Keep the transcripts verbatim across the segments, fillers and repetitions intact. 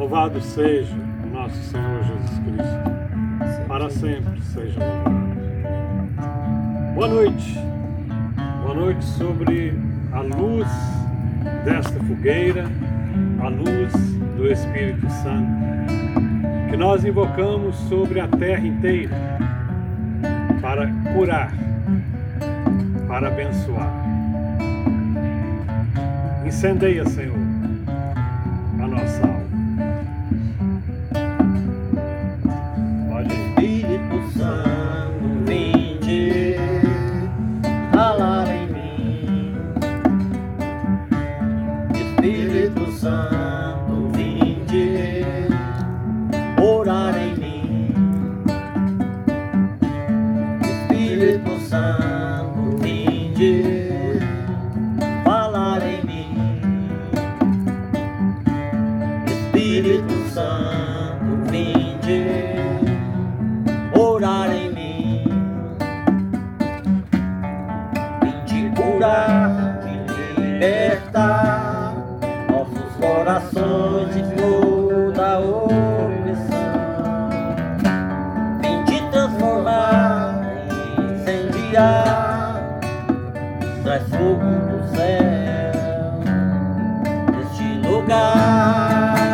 Louvado seja o nosso Senhor Jesus Cristo, para sempre seja louvado. Boa noite, boa noite sobre a luz desta fogueira, a luz do Espírito Santo, que nós invocamos sobre a terra inteira, para curar, para abençoar. Incendeia, Senhor, a nossa alma. Pode ir. Espírito Santo, vinde falar em mim. Espírito Santo, vinde orar em mim. Espírito Santo, vinde falar em mim. Espírito Santo, vinde orar em mim. Vinde curar, vinde libertar nossos corações de toda opressão. Vinde transformar e incendiar, traz fogo do céu neste lugar.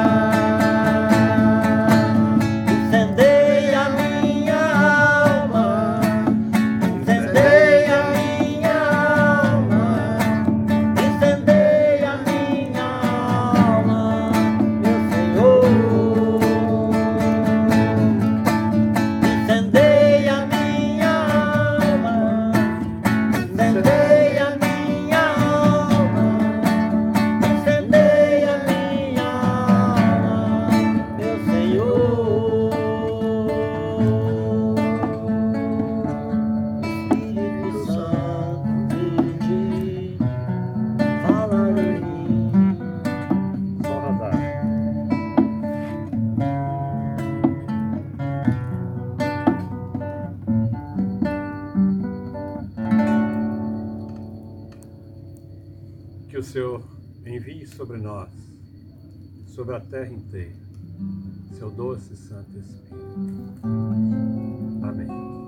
Incendeia minha alma, incendeia minha alma, incendeia minha alma, meu Senhor. Incendeia minha alma, incendeia minha alma, incendeia minha alma, meu Senhor. Espírito Santo, vinde falar em mim. Só radar. Que o Senhor envie sobre nós, sobre a terra inteira, seu doce e santo Espírito. Amém.